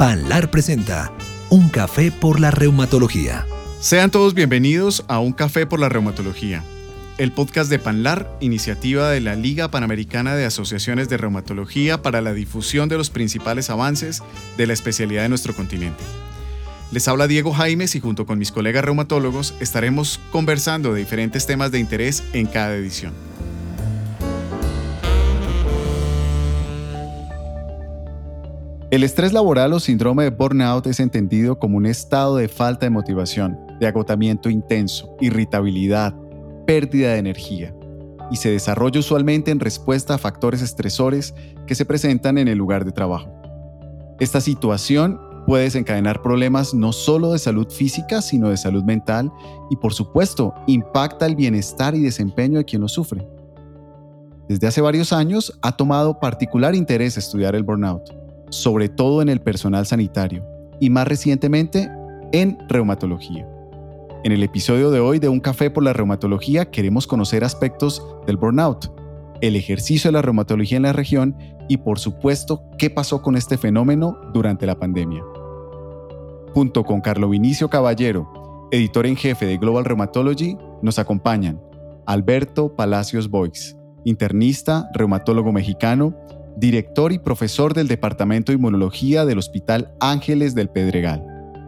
Panlar presenta Un café por la reumatología. Sean todos bienvenidos a Un café por la reumatología, el podcast de Panlar, iniciativa de la Liga Panamericana de Asociaciones de Reumatología para la difusión de los principales avances de la especialidad de nuestro continente. Les habla Diego Jaimes y junto con mis colegas reumatólogos estaremos conversando de diferentes temas de interés en cada edición. El estrés laboral o síndrome de burnout es entendido como un estado de falta de motivación, de agotamiento intenso, irritabilidad, pérdida de energía, y se desarrolla usualmente en respuesta a factores estresores que se presentan en el lugar de trabajo. Esta situación puede desencadenar problemas no solo de salud física, sino de salud mental y, por supuesto, impacta el bienestar y desempeño de quien lo sufre. Desde hace varios años ha tomado particular interés estudiar el burnout, sobre todo en el personal sanitario y más recientemente en reumatología. En el episodio de hoy de Un café por la reumatología queremos conocer aspectos del burnout, el ejercicio de la reumatología en la región y por supuesto qué pasó con este fenómeno durante la pandemia. Junto con Carlo Vinicio Caballero, editor en jefe de Global Rheumatology, nos acompañan Alberto Palacios Boix, internista, reumatólogo mexicano, director y profesor del Departamento de Inmunología del Hospital Ángeles del Pedregal.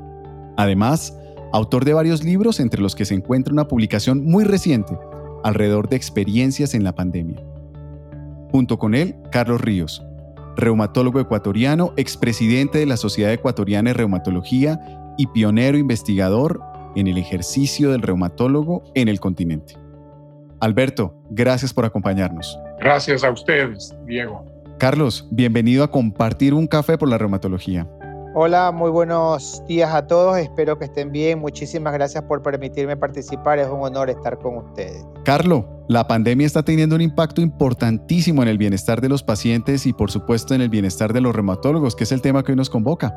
Además, autor de varios libros entre los que se encuentra una publicación muy reciente alrededor de experiencias en la pandemia. Junto con él, Carlos Ríos, reumatólogo ecuatoriano, expresidente de la Sociedad Ecuatoriana de Reumatología y pionero investigador en el ejercicio del reumatólogo en el continente. Alberto, gracias por acompañarnos. Gracias a ustedes, Diego. Carlos, bienvenido a compartir Un café por la reumatología. Hola, muy buenos días a todos, espero que estén bien, muchísimas gracias por permitirme participar, es un honor estar con ustedes. Carlos, la pandemia está teniendo un impacto importantísimo en el bienestar de los pacientes y por supuesto en el bienestar de los reumatólogos, que es el tema que hoy nos convoca.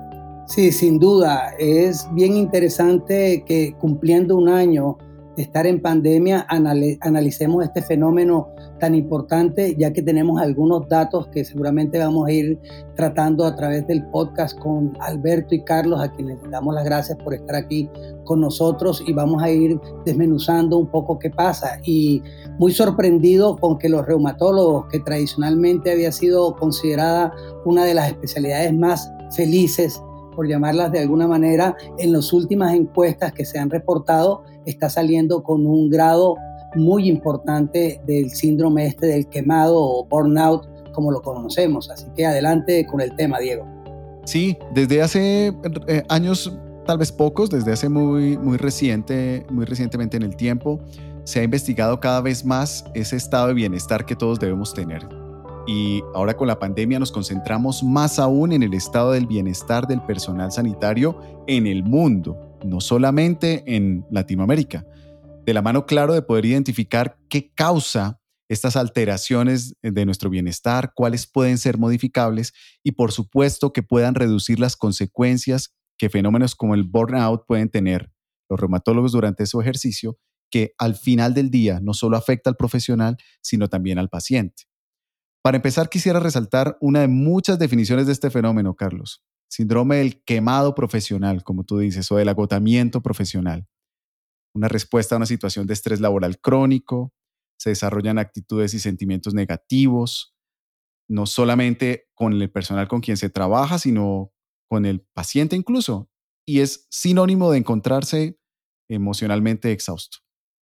Sí, sin duda, es bien interesante que cumpliendo un año de estar en pandemia, analicemos este fenómeno tan importante, ya que tenemos algunos datos que seguramente vamos a ir tratando a través del podcast con Alberto y Carlos, a quienes les damos las gracias por estar aquí con nosotros y vamos a ir desmenuzando un poco qué pasa. Y muy sorprendido con que los reumatólogos, que tradicionalmente había sido considerada una de las especialidades más felices, por llamarlas de alguna manera, en las últimas encuestas que se han reportado, está saliendo con un grado muy importante del síndrome del quemado o burnout, como lo conocemos. Así que adelante con el tema, Diego. Sí, desde hace años, tal vez pocos, desde hace muy recientemente en el tiempo, se ha investigado cada vez más ese estado de bienestar que todos debemos tener. Y ahora con la pandemia nos concentramos más aún en el estado del bienestar del personal sanitario en el mundo, no solamente en Latinoamérica. De la mano, claro, de poder identificar qué causa estas alteraciones de nuestro bienestar, cuáles pueden ser modificables y, por supuesto, que puedan reducir las consecuencias que fenómenos como el burnout pueden tener los reumatólogos durante su ejercicio, que al final del día no solo afecta al profesional, sino también al paciente. Para empezar, quisiera resaltar una de muchas definiciones de este fenómeno, Carlos. Síndrome del quemado profesional, como tú dices, o del agotamiento profesional. Una respuesta a una situación de estrés laboral crónico, se desarrollan actitudes y sentimientos negativos, no solamente con el personal con quien se trabaja, sino con el paciente incluso, y es sinónimo de encontrarse emocionalmente exhausto.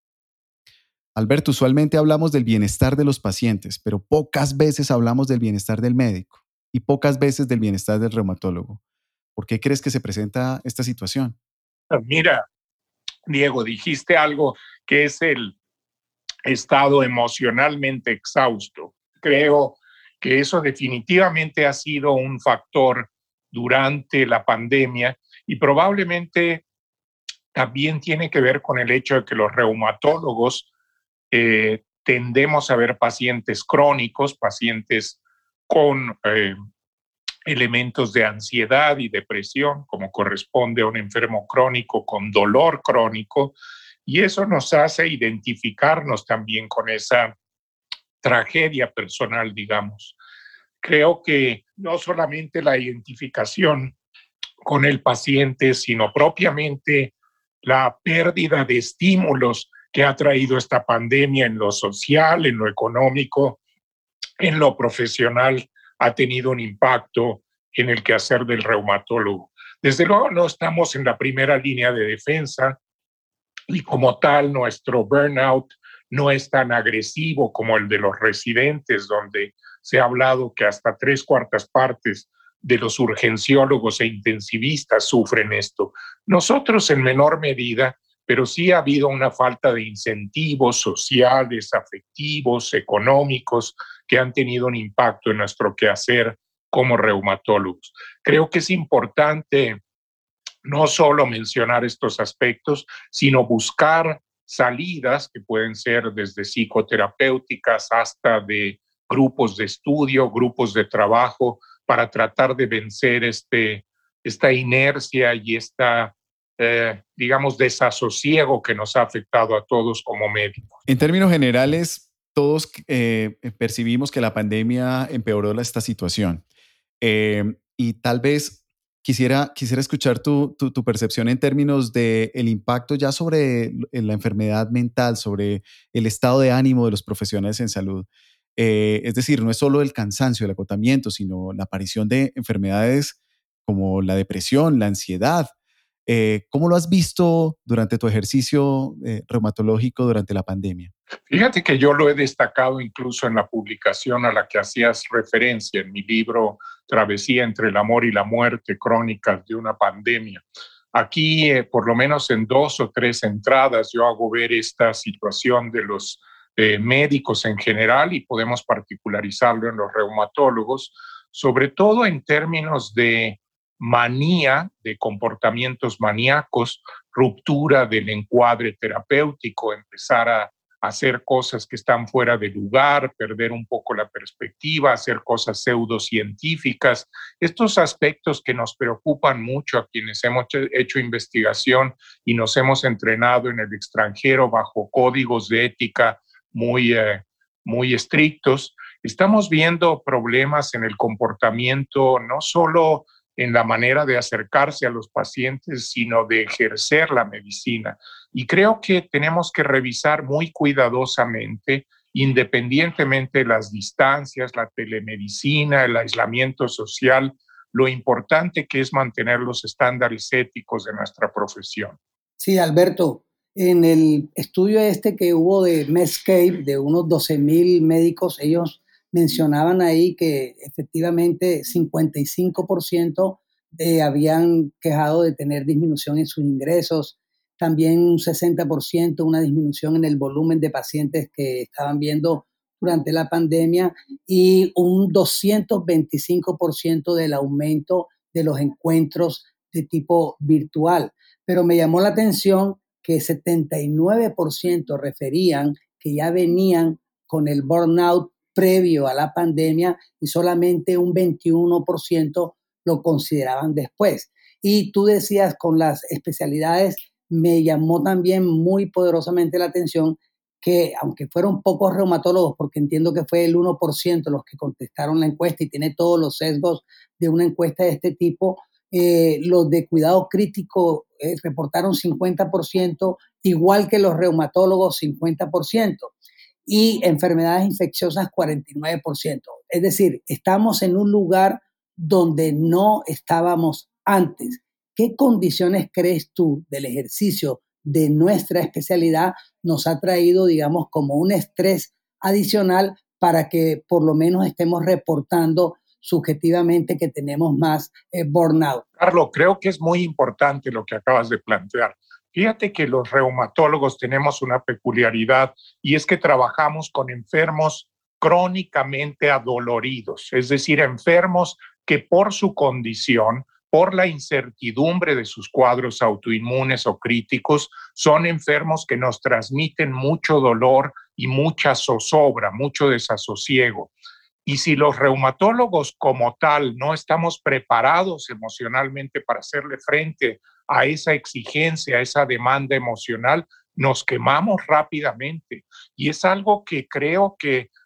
Alberto, usualmente hablamos del bienestar de los pacientes, pero pocas veces hablamos del bienestar del médico y pocas veces del bienestar del reumatólogo. ¿Por qué crees que se presenta esta situación? Mira, Diego, dijiste algo que es el estado emocionalmente exhausto. Creo que eso definitivamente ha sido un factor durante la pandemia y probablemente también tiene que ver con el hecho de que los reumatólogos tendemos a ver pacientes crónicos, pacientes con elementos de ansiedad y depresión, como corresponde a un enfermo crónico con dolor crónico, y eso nos hace identificarnos también con esa tragedia personal, digamos. Creo que no solamente la identificación con el paciente, sino propiamente la pérdida de estímulos que ha traído esta pandemia en lo social, en lo económico, en lo profesional, ha tenido un impacto en el quehacer del reumatólogo. Desde luego no estamos en la primera línea de defensa y como tal nuestro burnout no es tan agresivo como el de los residentes, donde se ha hablado que hasta 3/4 de los urgenciólogos e intensivistas sufren esto. Nosotros en menor medida, pero sí ha habido una falta de incentivos sociales, afectivos, económicos, que han tenido un impacto en nuestro quehacer como reumatólogos. Creo que es importante no solo mencionar estos aspectos, sino buscar salidas que pueden ser desde psicoterapéuticas hasta de grupos de estudio, grupos de trabajo, para tratar de vencer esta inercia y digamos, desasosiego que nos ha afectado a todos como médicos. En términos generales, todos percibimos que la pandemia empeoró esta situación. Y tal vez quisiera escuchar tu percepción en términos del impacto ya sobre la enfermedad mental, sobre el estado de ánimo de los profesionales en salud. Es decir, no es solo el cansancio, el agotamiento, sino la aparición de enfermedades como la depresión, la ansiedad. ¿Cómo lo has visto durante tu ejercicio reumatológico durante la pandemia? Fíjate que yo lo he destacado incluso en la publicación a la que hacías referencia en mi libro Travesía entre el amor y la muerte, crónicas de una pandemia. Aquí, por lo menos en 2 o 3 entradas, yo hago ver esta situación de los médicos en general y podemos particularizarlo en los reumatólogos, sobre todo en términos de manía, de comportamientos maníacos, ruptura del encuadre terapéutico, empezar a hacer cosas que están fuera de lugar, perder un poco la perspectiva, hacer cosas pseudocientíficas. Estos aspectos que nos preocupan mucho a quienes hemos hecho investigación y nos hemos entrenado en el extranjero bajo códigos de ética muy estrictos. Estamos viendo problemas en el comportamiento, no solo en la manera de acercarse a los pacientes, sino de ejercer la medicina. Y creo que tenemos que revisar muy cuidadosamente, independientemente de las distancias, la telemedicina, el aislamiento social, lo importante que es mantener los estándares éticos de nuestra profesión. Sí, Alberto, en el estudio que hubo de Medscape, de unos 12,000 médicos, ellos mencionaban ahí que efectivamente 55% habían quejado de tener disminución en sus ingresos, también un 60% una disminución en el volumen de pacientes que estaban viendo durante la pandemia y un 225% del aumento de los encuentros de tipo virtual. Pero me llamó la atención que 79% referían que ya venían con el burnout previo a la pandemia y solamente un 21% lo consideraban después. Y tú decías con las especialidades, me llamó también muy poderosamente la atención que aunque fueron pocos reumatólogos, porque entiendo que fue el 1% los que contestaron la encuesta y tiene todos los sesgos de una encuesta de este tipo, los de cuidado crítico reportaron 50%, igual que los reumatólogos 50%, y enfermedades infecciosas 49%. Es decir, estamos en un lugar donde no estábamos antes. ¿Qué condiciones crees tú del ejercicio de nuestra especialidad nos ha traído, digamos, como un estrés adicional para que por lo menos estemos reportando subjetivamente que tenemos más burnout? Carlos, creo que es muy importante lo que acabas de plantear. Fíjate que los reumatólogos tenemos una peculiaridad y es que trabajamos con enfermos crónicamente adoloridos, es decir, enfermos que por su condición, por la incertidumbre de sus cuadros autoinmunes o críticos, son enfermos que nos transmiten mucho dolor y mucha zozobra, mucho desasosiego. Y si los reumatólogos como tal no estamos preparados emocionalmente para hacerle frente a esa exigencia, a esa demanda emocional, nos quemamos rápidamente. Y es algo que creo que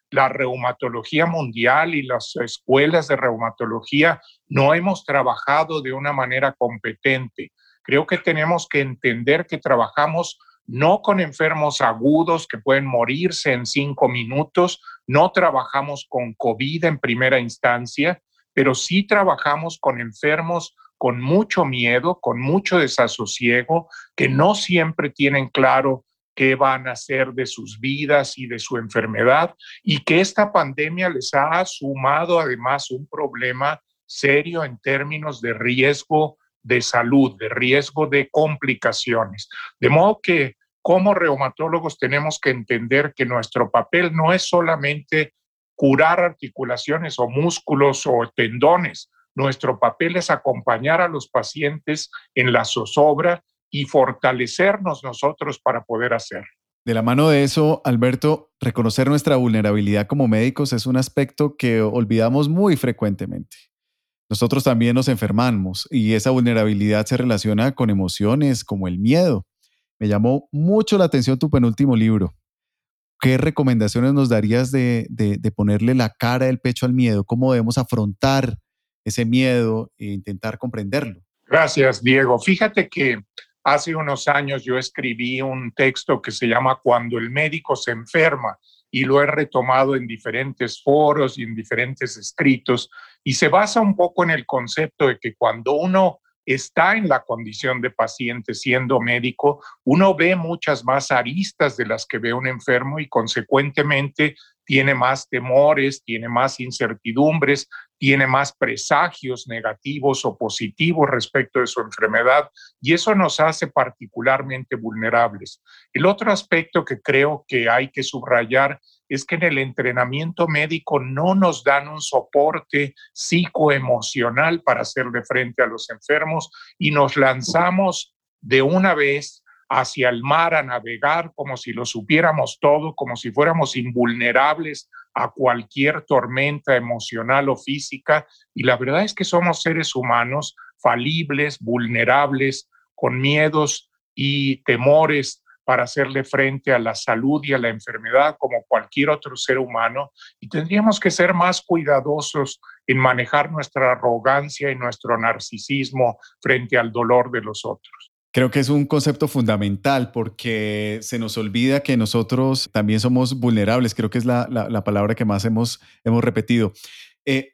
la reumatología mundial y las escuelas de reumatología no hemos trabajado de una manera competente. Creo que tenemos que entender que trabajamos no con enfermos agudos que pueden morirse en 5 minutos, no trabajamos con COVID en primera instancia, pero sí trabajamos con enfermos con mucho miedo, con mucho desasosiego, que no siempre tienen claro qué van a hacer de sus vidas y de su enfermedad, y que esta pandemia les ha sumado además un problema serio en términos de riesgo de salud, de riesgo de complicaciones. De modo que como reumatólogos tenemos que entender que nuestro papel no es solamente curar articulaciones o músculos o tendones. Nuestro papel es acompañar a los pacientes en la zozobra y fortalecernos nosotros para poder hacer. De la mano de eso, Alberto, reconocer nuestra vulnerabilidad como médicos es un aspecto que olvidamos muy frecuentemente. Nosotros también nos enfermamos y esa vulnerabilidad se relaciona con emociones como el miedo. Me llamó mucho la atención tu penúltimo libro. ¿Qué recomendaciones nos darías de ponerle la cara del pecho al miedo? ¿Cómo debemos afrontar ese miedo e intentar comprenderlo? Gracias, Diego. Fíjate que hace unos años yo escribí un texto que se llama Cuando el médico se enferma, y lo he retomado en diferentes foros y en diferentes escritos, y se basa un poco en el concepto de que cuando uno está en la condición de paciente siendo médico, uno ve muchas más aristas de las que ve un enfermo y consecuentemente tiene más temores, tiene más incertidumbres, tiene más presagios negativos o positivos respecto de su enfermedad, y eso nos hace particularmente vulnerables. El otro aspecto que creo que hay que subrayar es que en el entrenamiento médico no nos dan un soporte psicoemocional para hacerle frente a los enfermos y nos lanzamos de una vez hacia el mar a navegar como si lo supiéramos todo, como si fuéramos invulnerables a cualquier tormenta emocional o física. Y la verdad es que somos seres humanos falibles, vulnerables, con miedos y temores para hacerle frente a la salud y a la enfermedad como cualquier otro ser humano, y tendríamos que ser más cuidadosos en manejar nuestra arrogancia y nuestro narcisismo frente al dolor de los otros. Creo que es un concepto fundamental porque se nos olvida que nosotros también somos vulnerables. Creo que es la palabra que más hemos repetido. Eh,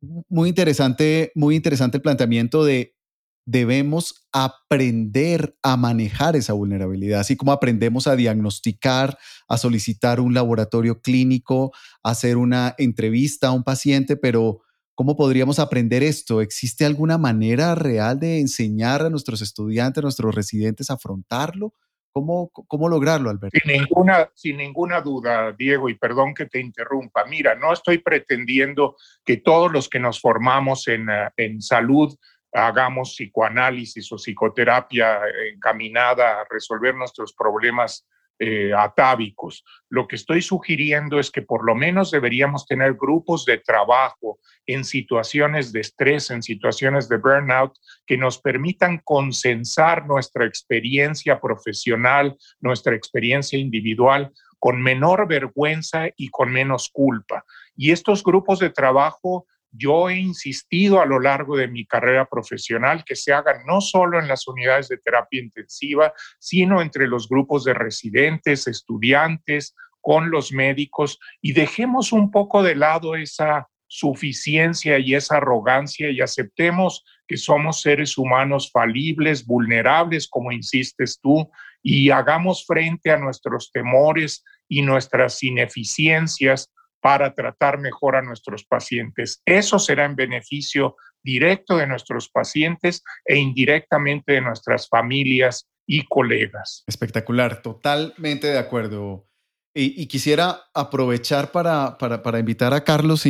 muy interesante el planteamiento de debemos aprender a manejar esa vulnerabilidad, así como aprendemos a diagnosticar, a solicitar un laboratorio clínico, a hacer una entrevista a un paciente, pero ¿cómo podríamos aprender esto? ¿Existe alguna manera real de enseñar a nuestros estudiantes, a nuestros residentes a afrontarlo? ¿Cómo lograrlo, Alberto? Sin ninguna duda, Diego, y perdón que te interrumpa. Mira, no estoy pretendiendo que todos los que nos formamos en salud hagamos psicoanálisis o psicoterapia encaminada a resolver nuestros problemas atávicos. Lo que estoy sugiriendo es que por lo menos deberíamos tener grupos de trabajo en situaciones de estrés, en situaciones de burnout, que nos permitan consensar nuestra experiencia profesional, nuestra experiencia individual, con menor vergüenza y con menos culpa. Y estos grupos de trabajo, yo he insistido a lo largo de mi carrera profesional que se hagan no solo en las unidades de terapia intensiva, sino entre los grupos de residentes, estudiantes, con los médicos, y dejemos un poco de lado esa suficiencia y esa arrogancia y aceptemos que somos seres humanos falibles, vulnerables, como insistes tú, y hagamos frente a nuestros temores y nuestras ineficiencias para tratar mejor a nuestros pacientes. Eso será en beneficio directo de nuestros pacientes e indirectamente de nuestras familias y colegas. Espectacular, totalmente de acuerdo. Y quisiera aprovechar para invitar a Carlos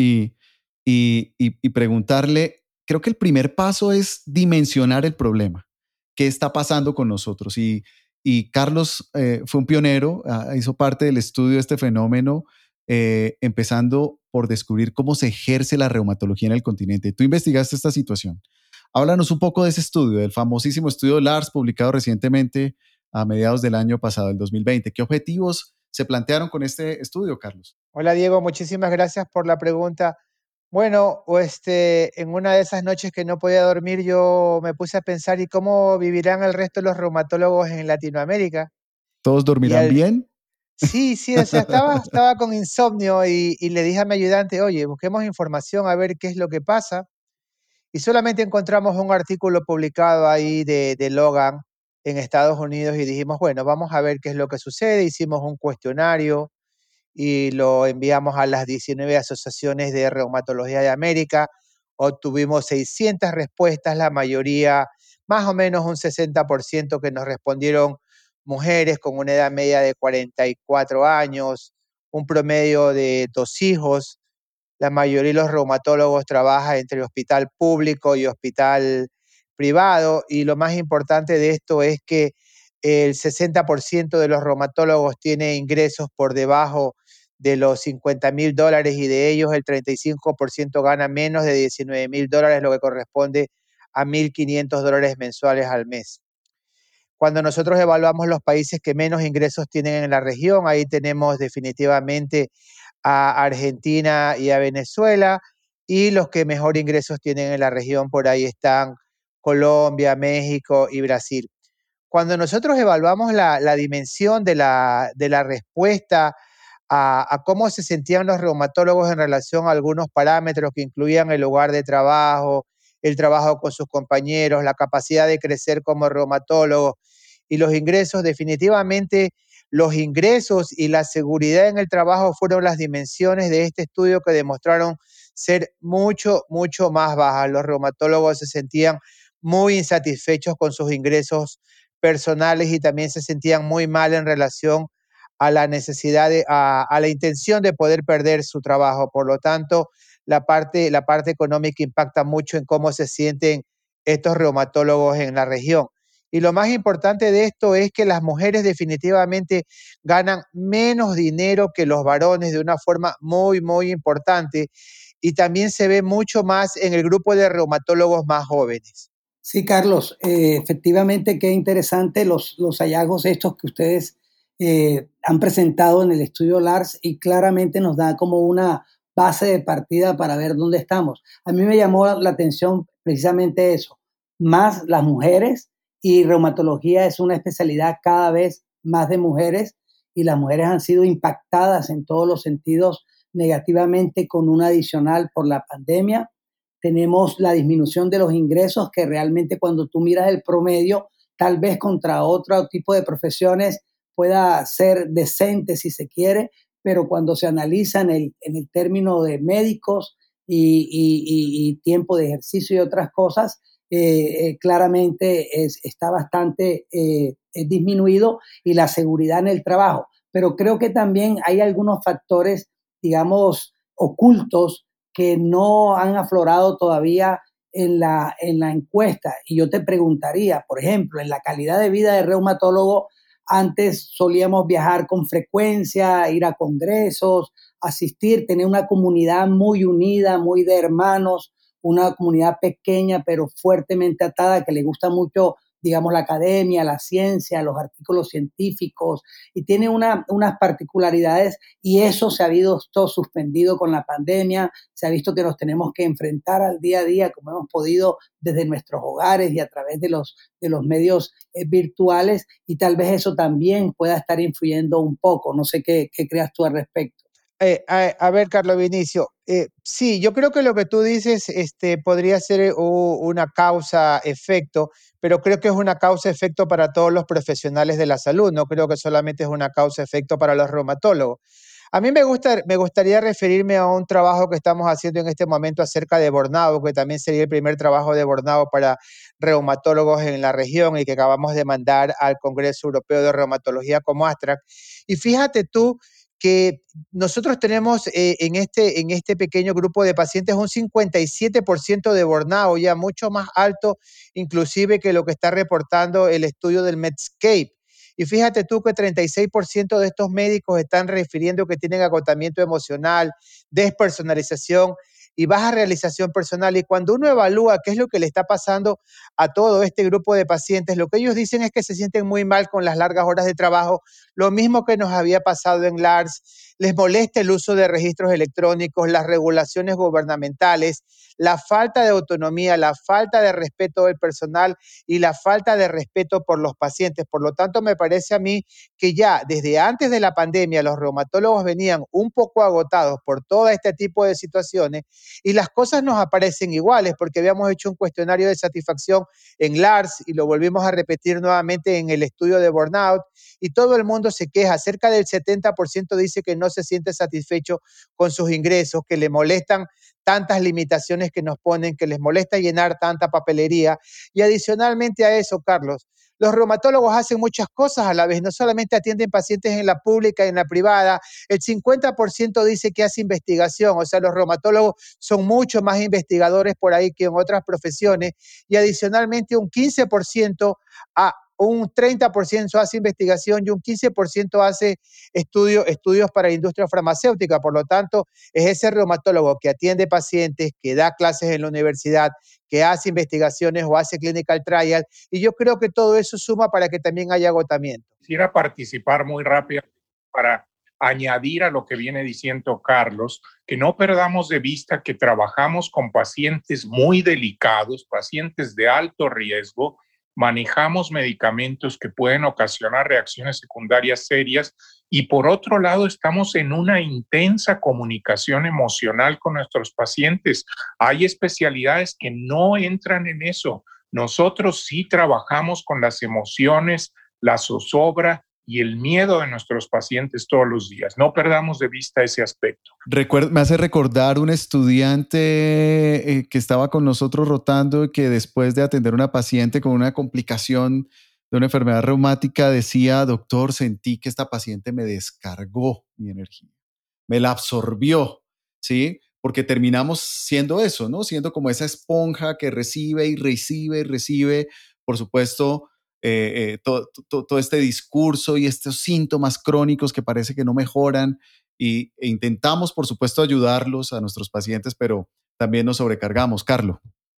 y preguntarle, creo que el primer paso es dimensionar el problema. ¿Qué está pasando con nosotros? Y Carlos fue un pionero, hizo parte del estudio de este fenómeno, empezando por descubrir cómo se ejerce la reumatología en el continente. Tú investigaste esta situación. Háblanos un poco de ese estudio, del famosísimo estudio LARS, publicado recientemente a mediados del año pasado, el 2020. ¿Qué objetivos se plantearon con este estudio, Carlos? Hola Diego, muchísimas gracias por la pregunta. Bueno, en una de esas noches que no podía dormir, yo me puse a pensar, ¿y cómo vivirán el resto de los reumatólogos en Latinoamérica? ¿Todos Y dormirán bien? sí, sí, o sea, estaba con insomnio y le dije a mi ayudante, oye, busquemos información a ver qué es lo que pasa. Y solamente encontramos un artículo publicado ahí de Logan en Estados Unidos y dijimos, bueno, vamos a ver qué es lo que sucede. Hicimos un cuestionario y lo enviamos a las 19 asociaciones de reumatología de América. Obtuvimos 600 respuestas, la mayoría, más o menos un 60% que nos respondieron mujeres con una edad media de 44 años, un promedio de 2 hijos. La mayoría de los reumatólogos trabaja entre hospital público y hospital privado, y lo más importante de esto es que el 60% de los reumatólogos tiene ingresos por debajo de los $50,000 y de ellos el 35% gana menos de $19,000, lo que corresponde a $1,500 mensuales al mes. Cuando nosotros evaluamos los países que menos ingresos tienen en la región, ahí tenemos definitivamente a Argentina y a Venezuela, y los que mejor ingresos tienen en la región, por ahí están Colombia, México y Brasil. Cuando nosotros evaluamos la dimensión de la respuesta a cómo se sentían los reumatólogos en relación a algunos parámetros que incluían el lugar de trabajo, el trabajo con sus compañeros, la capacidad de crecer como reumatólogo y los ingresos, definitivamente los ingresos y la seguridad en el trabajo fueron las dimensiones de este estudio que demostraron ser mucho, mucho más bajas. Los reumatólogos se sentían muy insatisfechos con sus ingresos personales y también se sentían muy mal en relación a la necesidad a la intención de poder perder su trabajo. Por lo tanto, la parte económica impacta mucho en cómo se sienten estos reumatólogos en la región. Y lo más importante de esto es que las mujeres definitivamente ganan menos dinero que los varones de una forma muy, muy importante. Y también se ve mucho más en el grupo de reumatólogos más jóvenes. Sí, Carlos, efectivamente, qué interesante los hallazgos estos que ustedes han presentado en el estudio LARS y claramente nos da como una base de partida para ver dónde estamos. A mí me llamó la atención precisamente eso, más las mujeres, y reumatología es una especialidad cada vez más de mujeres y las mujeres han sido impactadas en todos los sentidos negativamente con un adicional por la pandemia. Tenemos la disminución de los ingresos, que realmente cuando tú miras el promedio, tal vez contra otro tipo de profesiones pueda ser decente si se quiere, pero cuando se analiza en el término de médicos y tiempo de ejercicio y otras cosas, claramente está bastante disminuido, y la seguridad en el trabajo. Pero creo que también hay algunos factores, digamos, ocultos, que no han aflorado todavía en la encuesta. Y yo te preguntaría, por ejemplo, en la calidad de vida de reumatólogo, antes solíamos viajar con frecuencia, ir a congresos, asistir, tener una comunidad muy unida, muy de hermanos, una comunidad pequeña pero fuertemente atada, que le gusta mucho, digamos, la academia, la ciencia, los artículos científicos, y tiene unas particularidades, y eso se ha visto suspendido con la pandemia. Se ha visto que nos tenemos que enfrentar al día a día como hemos podido desde nuestros hogares y a través de los medios virtuales, y tal vez eso también pueda estar influyendo un poco. No sé qué creas tú al respecto. A ver, Carlos Vinicio, sí, yo creo que lo que tú dices podría ser una causa-efecto, pero creo que es una causa-efecto para todos los profesionales de la salud, no creo que solamente es una causa-efecto para los reumatólogos. A mí me gustaría referirme a un trabajo que estamos haciendo en este momento acerca de burnout, que también sería el primer trabajo de burnout para reumatólogos en la región y que acabamos de mandar al Congreso Europeo de Reumatología como ASTRAC. Y fíjate tú que nosotros tenemos en este pequeño grupo de pacientes un 57% de burnout, ya mucho más alto inclusive que lo que está reportando el estudio del Medscape. Y fíjate tú que 36% de estos médicos están refiriendo que tienen agotamiento emocional, despersonalización y baja realización personal. Y cuando uno evalúa qué es lo que le está pasando a todo este grupo de pacientes, lo que ellos dicen es que se sienten muy mal con las largas horas de trabajo, lo mismo que nos había pasado en LARS. les molesta el uso de registros electrónicos, las regulaciones gubernamentales, la falta de autonomía, la falta de respeto del personal y la falta de respeto por los pacientes. Por lo tanto, me parece a mí que ya desde antes de la pandemia los reumatólogos venían un poco agotados por todo este tipo de situaciones y las cosas nos aparecen iguales porque habíamos hecho un cuestionario de satisfacción en LARS y lo volvimos a repetir nuevamente en el estudio de burnout y todo el mundo se queja. Cerca del 70% dice que no se siente satisfecho con sus ingresos, que le molestan tantas limitaciones que nos ponen, que les molesta llenar tanta papelería. Y adicionalmente a eso, Carlos, los reumatólogos hacen muchas cosas a la vez, no solamente atienden pacientes en la pública y en la privada, el 50% dice que hace investigación, o sea, los reumatólogos son mucho más investigadores por ahí que en otras profesiones, y adicionalmente un 15% un 30% hace investigación y un 15% hace estudios para la industria farmacéutica. Por lo tanto, es ese reumatólogo que atiende pacientes, que da clases en la universidad, que hace investigaciones o hace clinical trial. Y yo creo que todo eso suma para que también haya agotamiento. Quisiera participar muy rápido para añadir a lo que viene diciendo Carlos, que no perdamos de vista que trabajamos con pacientes muy delicados, pacientes de alto riesgo, manejamos medicamentos que pueden ocasionar reacciones secundarias serias y por otro lado estamos en una intensa comunicación emocional con nuestros pacientes. Hay especialidades que no entran en eso. Nosotros sí trabajamos con las emociones, la zozobra y el miedo de nuestros pacientes todos los días. No perdamos de vista ese aspecto. Me hace recordar un estudiante que estaba con nosotros rotando y que después de atender a una paciente con una complicación de una enfermedad reumática decía: doctor, sentí que esta paciente me descargó mi energía, me la absorbió, ¿sí? Porque terminamos siendo eso, ¿no? Siendo como esa esponja que recibe y recibe y recibe, por supuesto, todo este discurso y estos síntomas crónicos que parece que no mejoran e intentamos, por supuesto, ayudarlos a nuestros pacientes, pero también nos sobrecargamos. Carlos.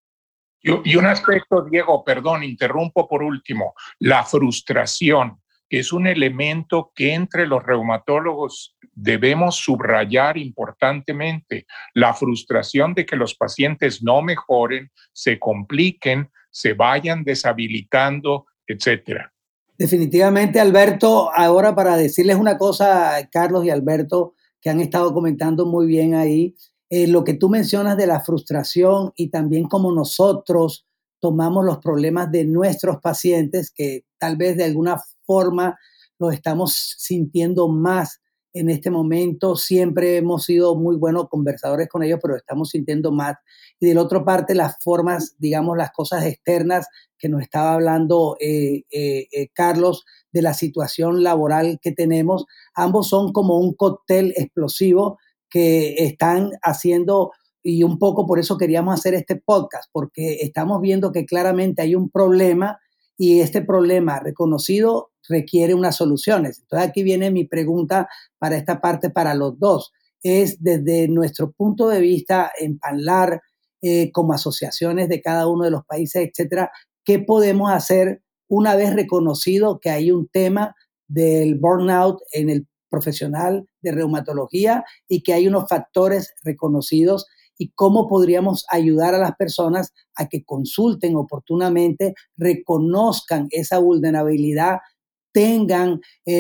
Y un aspecto, Diego, perdón, interrumpo por último, la frustración, que es un elemento que entre los reumatólogos debemos subrayar importantemente. La frustración de que los pacientes no mejoren, se compliquen, se vayan deshabilitando, etcétera. Definitivamente, Alberto, ahora para decirles una cosa, Carlos y Alberto, que han estado comentando muy bien ahí, lo que tú mencionas de la frustración y también cómo nosotros tomamos los problemas de nuestros pacientes, que tal vez de alguna forma los estamos sintiendo más en este momento. Siempre hemos sido muy buenos conversadores con ellos, pero estamos sintiendo más. Y de la otra parte, las formas, digamos, las cosas externas que nos estaba hablando Carlos, de la situación laboral que tenemos. Ambos son como un cóctel explosivo que están haciendo, y un poco por eso queríamos hacer este podcast, porque estamos viendo que claramente hay un problema y este problema reconocido requiere unas soluciones. Entonces aquí viene mi pregunta para esta parte, para los dos. Es desde nuestro punto de vista en PANLAR, como asociaciones de cada uno de los países, etcétera, ¿qué podemos hacer una vez reconocido que hay un tema del burnout en el profesional de reumatología y que hay unos factores reconocidos, y cómo podríamos ayudar a las personas a que consulten oportunamente, reconozcan esa vulnerabilidad, tengan,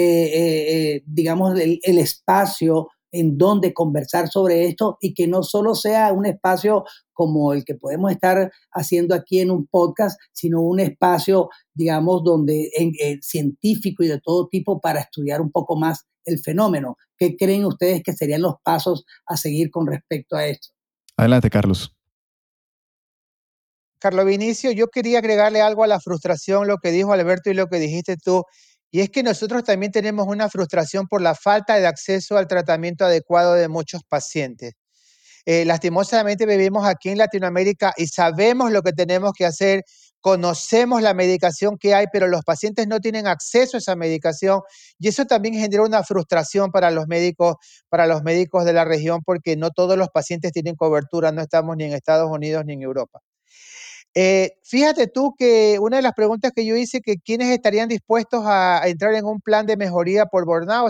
digamos, el espacio en donde conversar sobre esto y que no solo sea un espacio como el que podemos estar haciendo aquí en un podcast, sino un espacio, digamos, donde científico y de todo tipo para estudiar un poco más el fenómeno. ¿Qué creen ustedes que serían los pasos a seguir con respecto a esto? Adelante, Carlos. Carlos Vinicio, yo quería agregarle algo a la frustración, lo que dijo Alberto y lo que dijiste tú, y es que nosotros también tenemos una frustración por la falta de acceso al tratamiento adecuado de muchos pacientes. Lastimosamente vivimos aquí en Latinoamérica y sabemos lo que tenemos que hacer, conocemos la medicación que hay, pero los pacientes no tienen acceso a esa medicación y eso también genera una frustración para los médicos de la región porque no todos los pacientes tienen cobertura, no estamos ni en Estados Unidos ni en Europa. Fíjate tú que una de las preguntas que yo hice, que quiénes estarían dispuestos a entrar en un plan de mejoría por burnout,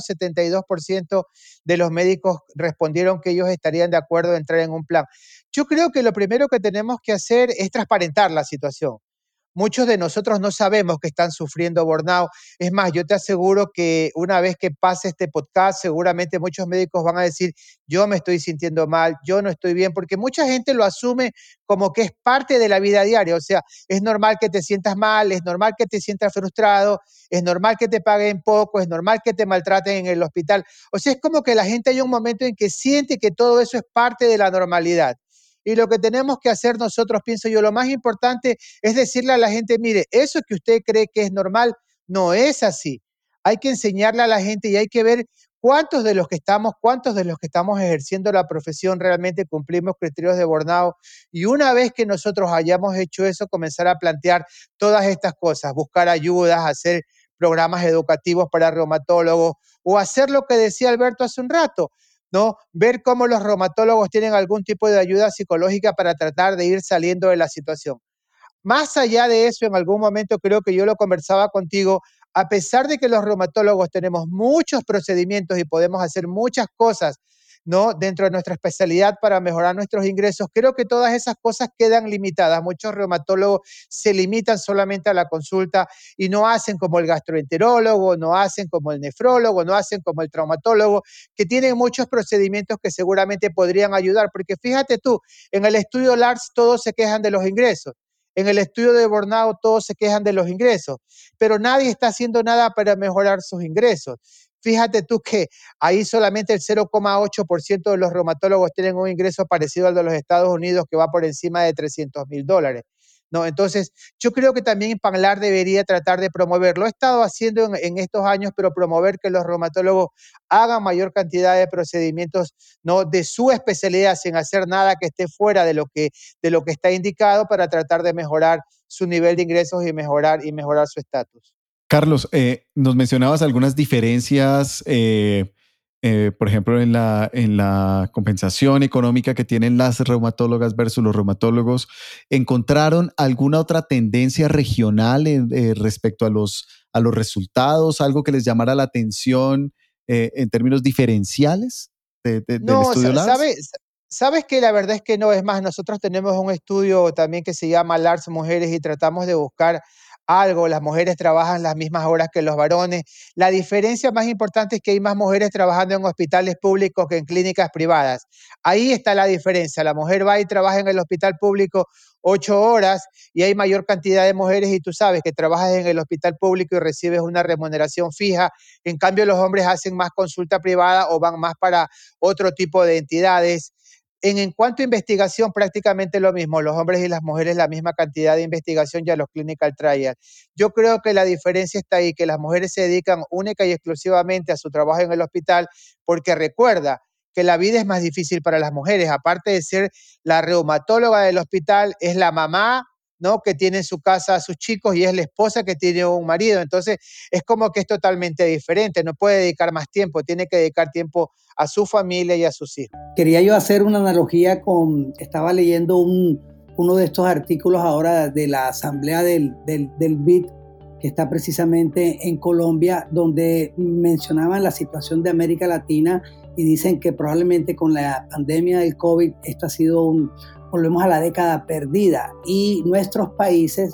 72% de los médicos respondieron que ellos estarían de acuerdo en entrar en un plan. Yo creo que lo primero que tenemos que hacer es transparentar la situación. Muchos de nosotros no sabemos que están sufriendo burnout. Es más, yo te aseguro que una vez que pase este podcast, seguramente muchos médicos van a decir, yo me estoy sintiendo mal, yo no estoy bien, porque mucha gente lo asume como que es parte de la vida diaria. O sea, es normal que te sientas mal, es normal que te sientas frustrado, es normal que te paguen poco, es normal que te maltraten en el hospital. O sea, es como que la gente hay un momento en que siente que todo eso es parte de la normalidad. Y lo que tenemos que hacer nosotros, pienso yo, lo más importante es decirle a la gente, mire, eso que usted cree que es normal, no es así. Hay que enseñarle a la gente y hay que ver cuántos de los que estamos ejerciendo la profesión realmente cumplimos criterios de burnout. Y una vez que nosotros hayamos hecho eso, comenzar a plantear todas estas cosas, buscar ayudas, hacer programas educativos para reumatólogos o hacer lo que decía Alberto hace un rato, ¿no? Ver cómo los reumatólogos tienen algún tipo de ayuda psicológica para tratar de ir saliendo de la situación. Más allá de eso, en algún momento creo que yo lo conversaba contigo, a pesar de que los reumatólogos tenemos muchos procedimientos y podemos hacer muchas cosas, ¿no? Dentro de nuestra especialidad para mejorar nuestros ingresos, creo que todas esas cosas quedan limitadas. Muchos reumatólogos se limitan solamente a la consulta y no hacen como el gastroenterólogo, no hacen como el nefrólogo, no hacen como el traumatólogo, que tienen muchos procedimientos que seguramente podrían ayudar. Porque fíjate tú, en el estudio LARS todos se quejan de los ingresos. En el estudio de burnout todos se quejan de los ingresos, pero nadie está haciendo nada para mejorar sus ingresos. Fíjate tú que ahí solamente el 0,8% de los reumatólogos tienen un ingreso parecido al de los Estados Unidos, que va por encima de $300,000. ¿No? Entonces, yo creo que también PANLAR debería tratar de promover, lo he estado haciendo en estos años, pero promover que los reumatólogos hagan mayor cantidad de procedimientos, ¿no? De su especialidad, sin hacer nada que esté fuera de lo que está indicado, para tratar de mejorar su nivel de ingresos y mejorar su estatus. Carlos, nos mencionabas algunas diferencias, por ejemplo, en la compensación económica que tienen las reumatólogas versus los reumatólogos. ¿Encontraron alguna otra tendencia regional respecto a los resultados, algo que les llamara la atención en términos diferenciales del No, estudio LARS? sabes que la verdad es que no. Es más, nosotros tenemos un estudio también que se llama LARS Mujeres y tratamos de buscar algo. Las mujeres trabajan las mismas horas que los varones. La diferencia más importante es que hay más mujeres trabajando en hospitales públicos que en clínicas privadas. Ahí está la diferencia. La mujer va y trabaja en el hospital público 8 horas y hay mayor cantidad de mujeres, y tú sabes que trabajas en el hospital público y recibes una remuneración fija. En cambio, los hombres hacen más consulta privada o van más para otro tipo de entidades. En cuanto a investigación, prácticamente lo mismo. Los hombres y las mujeres la misma cantidad de investigación y a los clinical trials. Yo creo que la diferencia está ahí, que las mujeres se dedican única y exclusivamente a su trabajo en el hospital, porque recuerda que la vida es más difícil para las mujeres. Aparte de ser la reumatóloga del hospital, es la mamá, ¿no? Que tiene en su casa a sus chicos, y es la esposa que tiene un marido. Entonces, es como que es totalmente diferente. No puede dedicar más tiempo, tiene que dedicar tiempo a su familia y a sus hijos. Quería yo hacer una analogía estaba leyendo uno de estos artículos ahora de la asamblea del BID, que está precisamente en Colombia, donde mencionaban la situación de América Latina y dicen que probablemente con la pandemia del COVID esto ha sido volvemos a la década perdida, y nuestros países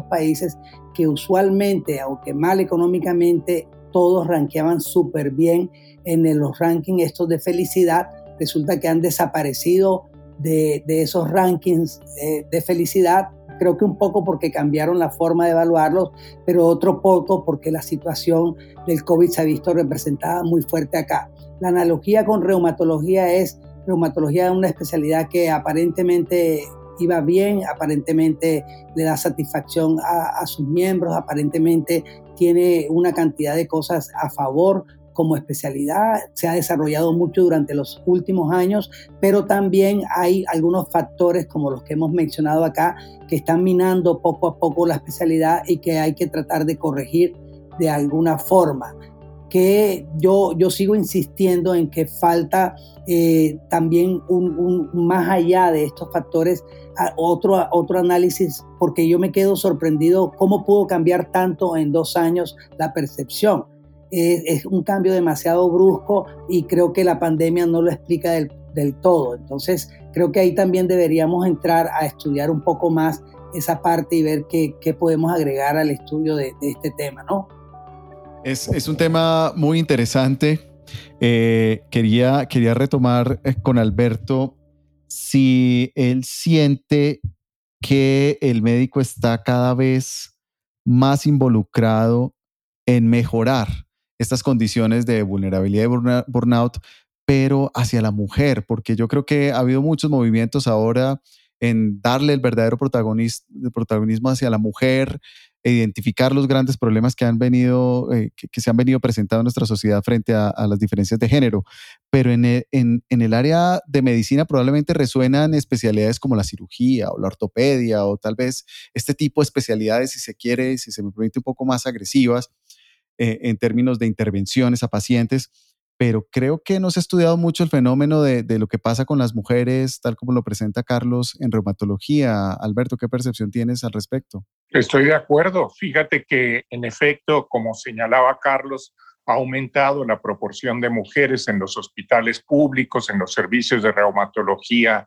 que usualmente, aunque mal económicamente, todos rankeaban súper bien en los rankings estos de felicidad, resulta que han desaparecido de esos rankings de felicidad. Creo que un poco porque cambiaron la forma de evaluarlos, pero otro poco porque la situación del COVID se ha visto representada muy fuerte acá. La analogía con reumatología es una especialidad que aparentemente iba bien, aparentemente le da satisfacción a sus miembros, aparentemente tiene una cantidad de cosas a favor como especialidad, se ha desarrollado mucho durante los últimos años, pero también hay algunos factores como los que hemos mencionado acá que están minando poco a poco la especialidad y que hay que tratar de corregir de alguna forma. que yo sigo insistiendo en que falta también más allá de estos factores, otro análisis, porque yo me quedo sorprendido cómo pudo cambiar tanto en 2 años la percepción. Es un cambio demasiado brusco y creo que la pandemia no lo explica del todo. Entonces, creo que ahí también deberíamos entrar a estudiar un poco más esa parte y ver qué podemos agregar al estudio de este tema, ¿no? Es un tema muy interesante. Quería retomar con Alberto si él siente que el médico está cada vez más involucrado en mejorar estas condiciones de vulnerabilidad y burnout, pero hacia la mujer, porque yo creo que ha habido muchos movimientos ahora en darle el verdadero protagonismo hacia la mujer, identificar los grandes problemas que que se han venido presentando en nuestra sociedad frente a las diferencias de género. Pero en el área de medicina probablemente resuenan especialidades como la cirugía o la ortopedia o tal vez este tipo de especialidades, si se me permite, un poco más agresivas en términos de intervenciones a pacientes. Pero creo que no se ha estudiado mucho el fenómeno de lo que pasa con las mujeres, tal como lo presenta Carlos en reumatología. Alberto, ¿qué percepción tienes al respecto? Estoy de acuerdo. Fíjate que, en efecto, como señalaba Carlos, ha aumentado la proporción de mujeres en los hospitales públicos, en los servicios de reumatología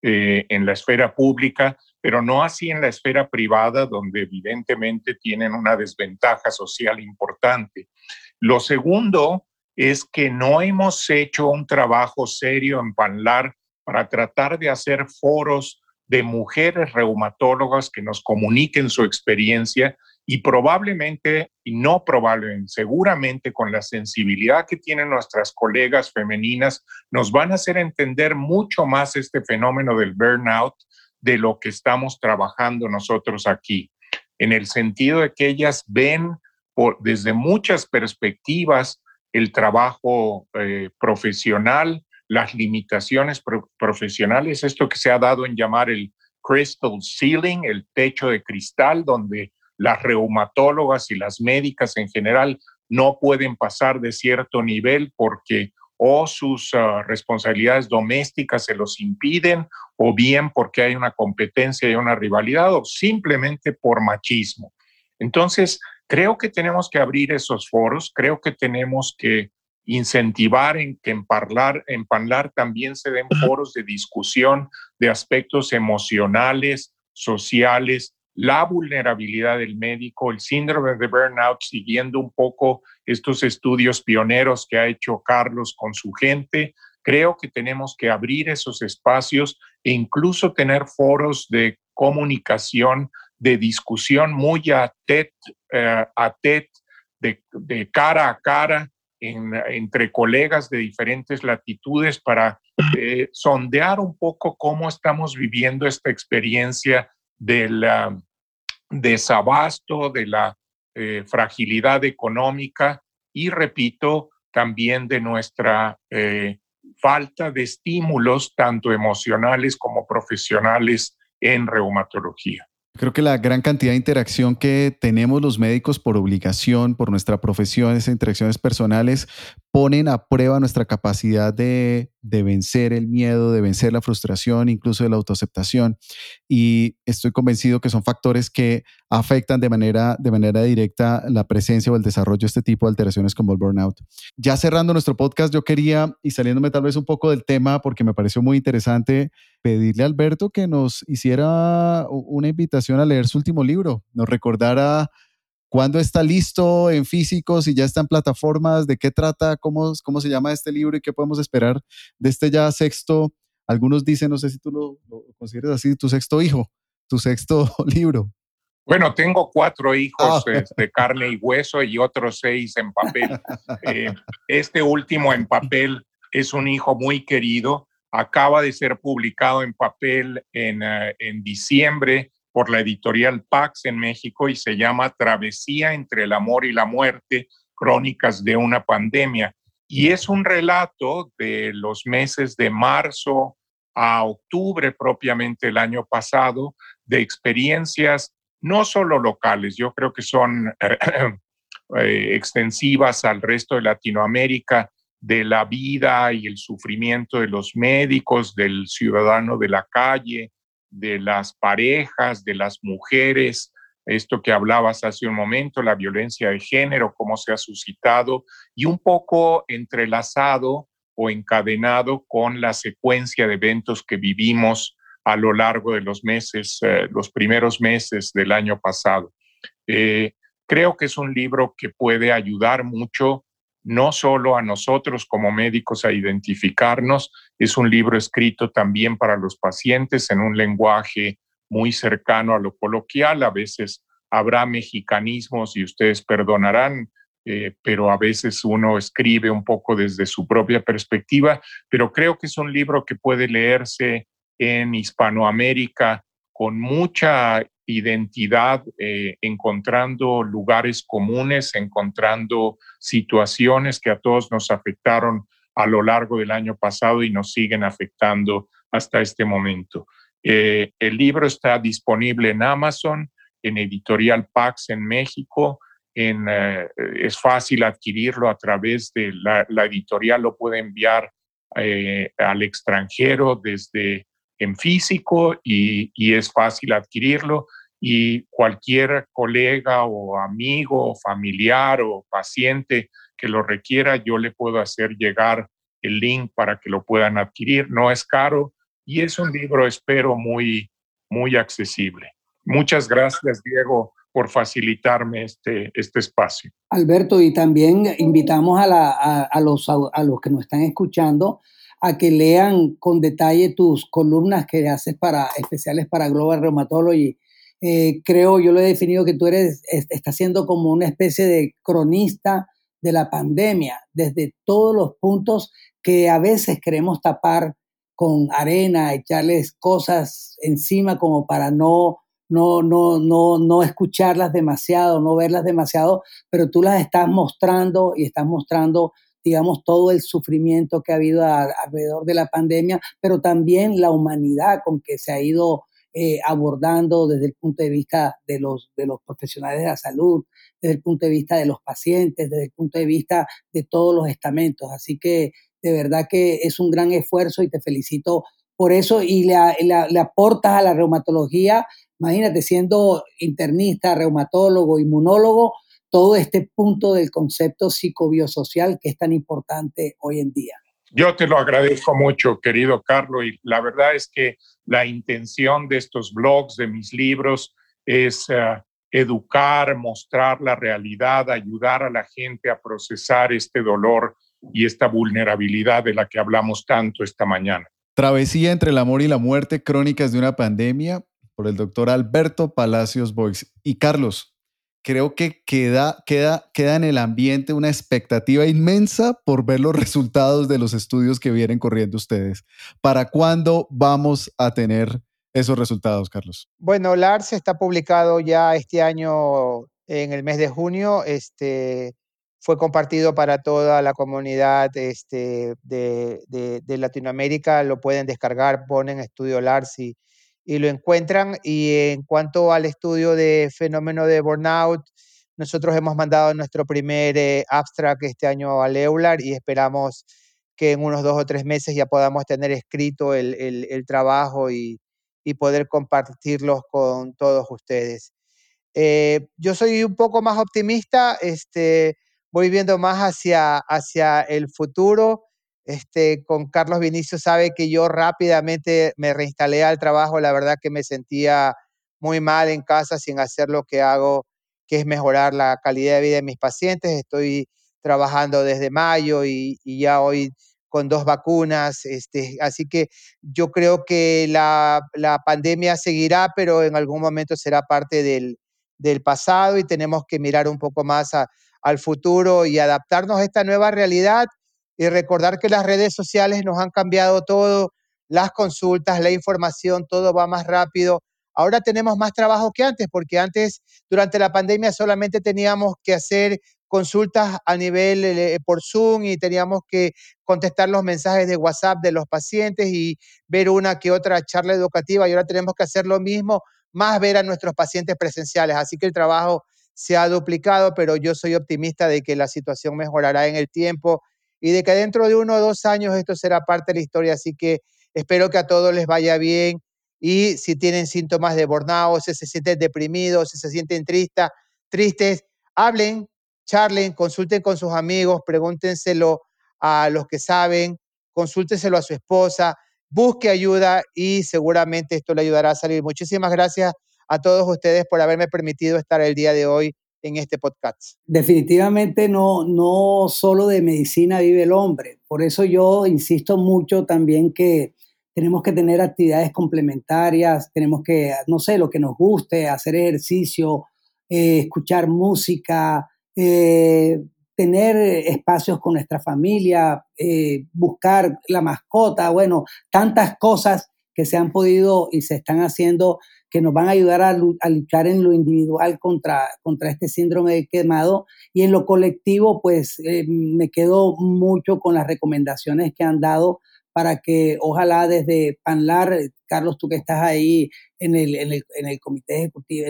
en la esfera pública, pero no así en la esfera privada, donde evidentemente tienen una desventaja social importante. Lo segundo es que no hemos hecho un trabajo serio en Panlar para tratar de hacer foros de mujeres reumatólogas que nos comuniquen su experiencia y probablemente, y no probablemente, seguramente con la sensibilidad que tienen nuestras colegas femeninas, nos van a hacer entender mucho más este fenómeno del burnout de lo que estamos trabajando nosotros aquí, en el sentido de que ellas ven desde muchas perspectivas el trabajo profesional, las limitaciones profesionales, esto que se ha dado en llamar el crystal ceiling, el techo de cristal, donde las reumatólogas y las médicas en general no pueden pasar de cierto nivel porque o sus responsabilidades domésticas se los impiden, o bien porque hay una competencia y una rivalidad, o simplemente por machismo. Entonces, creo que tenemos que abrir esos foros, creo que tenemos que incentivar en que en Panlar también se den foros de discusión de aspectos emocionales, sociales, la vulnerabilidad del médico, el síndrome de burnout, siguiendo un poco estos estudios pioneros que ha hecho Carlos con su gente. Creo que tenemos que abrir esos espacios e incluso tener foros de comunicación, de discusión muy a tete, de cara a cara, entre colegas de diferentes latitudes para sondear un poco cómo estamos viviendo esta experiencia del desabasto, de la fragilidad económica y, repito, también de nuestra falta de estímulos, tanto emocionales como profesionales, en reumatología. Creo que la gran cantidad de interacción que tenemos los médicos por obligación, por nuestra profesión, esas interacciones personales, ponen a prueba nuestra capacidad de vencer el miedo, de vencer la frustración, incluso de la autoaceptación. Y estoy convencido que son factores que afectan de manera directa la presencia o el desarrollo de este tipo de alteraciones como el burnout. Ya cerrando nuestro podcast, yo quería, y saliéndome tal vez un poco del tema, porque me pareció muy interesante, pedirle a Alberto que nos hiciera una invitación a leer su último libro, nos recordara cuándo está listo en físico, si ya está en plataformas, de qué trata, cómo se llama este libro y qué podemos esperar de este ya sexto, algunos dicen, no sé si tú lo consideras así, tu sexto hijo, tu sexto libro. Bueno, tengo 4 hijos de carne y hueso y otros 6 en papel. Este último en papel es un hijo muy querido. Acaba de ser publicado en papel en diciembre por la editorial Pax en México y se llama Travesía entre el amor y la muerte, crónicas de una pandemia. Y es un relato de los meses de marzo a octubre propiamente el año pasado, de experiencias no solo locales, yo creo que son extensivas al resto de Latinoamérica de la vida y el sufrimiento de los médicos, del ciudadano de la calle, de las parejas, de las mujeres, esto que hablabas hace un momento, la violencia de género, cómo se ha suscitado, y un poco entrelazado o encadenado con la secuencia de eventos que vivimos a lo largo de los meses, los primeros meses del año pasado. Creo que es un libro que puede ayudar mucho, no solo a nosotros como médicos a identificarnos, es un libro escrito también para los pacientes en un lenguaje muy cercano a lo coloquial. A veces habrá mexicanismos y ustedes perdonarán, pero a veces uno escribe un poco desde su propia perspectiva, pero creo que es un libro que puede leerse en Hispanoamérica con mucha identidad, encontrando lugares comunes, encontrando situaciones que a todos nos afectaron a lo largo del año pasado y nos siguen afectando hasta este momento. El libro está disponible en Amazon, en Editorial Pax en México. Es fácil adquirirlo a través de la editorial, lo puede enviar al extranjero desde en físico y es fácil adquirirlo, y cualquier colega o amigo o familiar o paciente que lo requiera, yo le puedo hacer llegar el link para que lo puedan adquirir. No es caro y es un libro, espero, muy, muy accesible. Muchas gracias, Diego, por facilitarme este espacio. Alberto, y también invitamos a los que nos están escuchando a que lean con detalle tus columnas que haces especiales para Global Rheumatology. Creo, yo lo he definido que tú estás siendo como una especie de cronista de la pandemia, desde todos los puntos que a veces queremos tapar con arena, echarles cosas encima como para no escucharlas demasiado, no verlas demasiado, pero tú las estás mostrando y estás mostrando, digamos, todo el sufrimiento que ha habido alrededor de la pandemia, pero también la humanidad con que se ha ido abordando desde el punto de vista de los profesionales de la salud, desde el punto de vista de los pacientes, desde el punto de vista de todos los estamentos. Así que de verdad que es un gran esfuerzo y te felicito por eso, y le aportas a la reumatología. Imagínate, siendo internista, reumatólogo, inmunólogo, todo este punto del concepto psicobiosocial que es tan importante hoy en día. Yo te lo agradezco mucho, querido Carlos, y la verdad es que la intención de estos blogs, de mis libros, es educar, mostrar la realidad, ayudar a la gente a procesar este dolor y esta vulnerabilidad de la que hablamos tanto esta mañana. Travesía entre el amor y la muerte, crónicas de una pandemia, por el doctor Alberto Palacios Boix. Y Carlos, creo que queda en el ambiente una expectativa inmensa por ver los resultados de los estudios que vienen corriendo ustedes. ¿Para cuándo vamos a tener esos resultados, Carlos? Bueno, LARS está publicado ya este año en el mes de junio. Fue compartido para toda la comunidad de Latinoamérica. Lo pueden descargar, ponen estudio LARS y lo encuentran. Y en cuanto al estudio de fenómeno de burnout, nosotros hemos mandado nuestro primer abstract este año al EULAR y esperamos que en unos 2 o 3 meses ya podamos tener escrito el trabajo y poder compartirlos con todos ustedes. Yo soy un poco más optimista, voy viendo más hacia el futuro. Con Carlos Vinicio sabe que yo rápidamente me reinstalé al trabajo. La verdad que me sentía muy mal en casa sin hacer lo que hago, que es mejorar la calidad de vida de mis pacientes. Estoy trabajando desde mayo y ya hoy con 2 vacunas. Así que yo creo que la pandemia seguirá, pero en algún momento será parte del pasado y tenemos que mirar un poco más al futuro y adaptarnos a esta nueva realidad y recordar que las redes sociales nos han cambiado todo, las consultas, la información, todo va más rápido. Ahora tenemos más trabajo que antes, porque antes, durante la pandemia, solamente teníamos que hacer consultas a nivel por Zoom y teníamos que contestar los mensajes de WhatsApp de los pacientes y ver una que otra charla educativa, y ahora tenemos que hacer lo mismo, más ver a nuestros pacientes presenciales. Así que el trabajo se ha duplicado, pero yo soy optimista de que la situación mejorará en el tiempo y de que dentro de 1 o 2 años esto será parte de la historia. Así que espero que a todos les vaya bien y si tienen síntomas de burnout, si se sienten deprimidos, si se sienten tristes, hablen, charlen, consulten con sus amigos, pregúntenselo a los que saben, consúltenselo a su esposa, busque ayuda y seguramente esto le ayudará a salir. Muchísimas gracias a todos ustedes por haberme permitido estar el día de hoy en este podcast. Definitivamente no solo de medicina vive el hombre. Por eso yo insisto mucho también que tenemos que tener actividades complementarias, tenemos que, no sé, lo que nos guste, hacer ejercicio, escuchar música, tener espacios con nuestra familia, buscar la mascota, bueno, tantas cosas que se han podido y se están haciendo que nos van a ayudar a luchar en lo individual contra este síndrome de quemado y en lo colectivo, pues me quedo mucho con las recomendaciones que han dado para que ojalá desde PANLAR, Carlos, tú que estás ahí en el comité ejecutivo,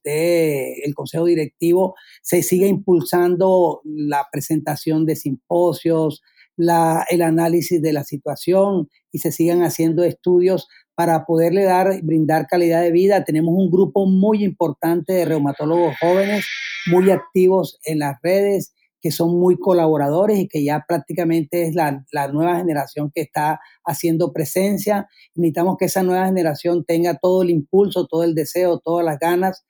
el consejo directivo, se siga impulsando la presentación de simposios, el análisis de la situación y se sigan haciendo estudios para poderle brindar calidad de vida. Tenemos un grupo muy importante de reumatólogos jóvenes, muy activos en las redes, que son muy colaboradores y que ya prácticamente es la nueva generación que está haciendo presencia. Necesitamos que esa nueva generación tenga todo el impulso, todo el deseo, todas las ganas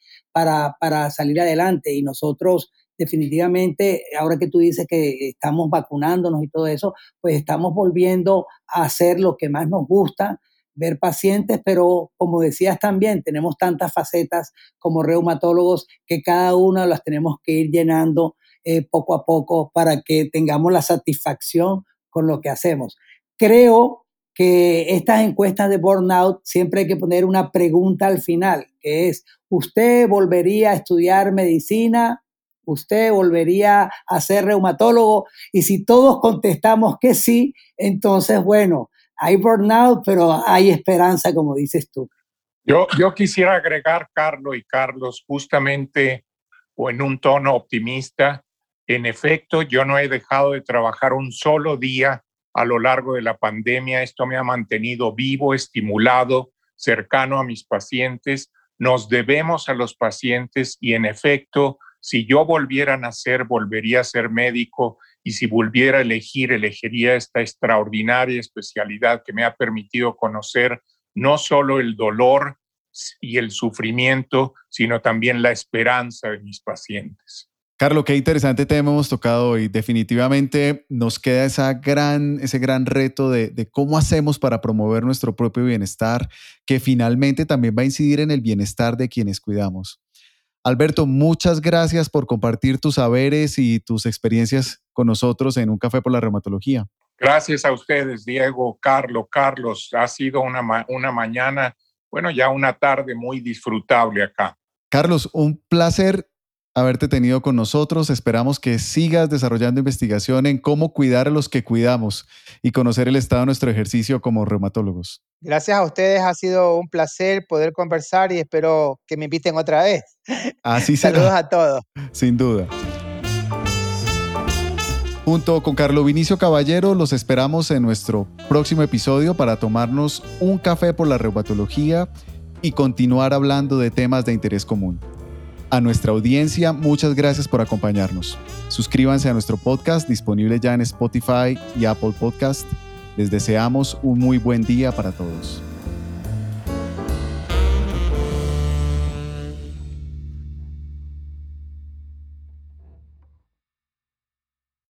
para salir adelante. Y nosotros definitivamente, ahora que tú dices que estamos vacunándonos y todo eso, pues estamos volviendo a hacer lo que más nos gusta, ver pacientes, pero como decías también, tenemos tantas facetas como reumatólogos que cada una las tenemos que ir llenando poco a poco para que tengamos la satisfacción con lo que hacemos. Creo que estas encuestas de burnout siempre hay que poner una pregunta al final, que es, ¿usted volvería a estudiar medicina? ¿Usted volvería a ser reumatólogo? Y si todos contestamos que sí, entonces, bueno, hay burnout, pero hay esperanza, como dices tú. Yo quisiera agregar, Carlos, justamente o en un tono optimista, en efecto, yo no he dejado de trabajar un solo día a lo largo de la pandemia. Esto me ha mantenido vivo, estimulado, cercano a mis pacientes. Nos debemos a los pacientes y en efecto, si yo volviera a nacer, volvería a ser médico y si volviera a elegir, elegiría esta extraordinaria especialidad que me ha permitido conocer no solo el dolor y el sufrimiento, sino también la esperanza de mis pacientes. Carlos, qué interesante tema hemos tocado hoy. Definitivamente nos queda ese gran reto de cómo hacemos para promover nuestro propio bienestar, que finalmente también va a incidir en el bienestar de quienes cuidamos. Alberto, muchas gracias por compartir tus saberes y tus experiencias con nosotros en Un Café por la Reumatología. Gracias a ustedes, Diego, Carlos. Ha sido una mañana, bueno, ya una tarde muy disfrutable acá. Carlos, un placer haberte tenido con nosotros. Esperamos que sigas desarrollando investigación en cómo cuidar a los que cuidamos y conocer el estado de nuestro ejercicio como reumatólogos. Gracias a ustedes, ha sido un placer poder conversar y espero que me inviten otra vez. Así será. Saludos a todos. Sin duda. Junto con Carlos Vinicio Caballero, los esperamos en nuestro próximo episodio para tomarnos un café por la reumatología y continuar hablando de temas de interés común. A nuestra audiencia, muchas gracias por acompañarnos. Suscríbanse a nuestro podcast disponible ya en Spotify y Apple Podcast. Les deseamos un muy buen día para todos.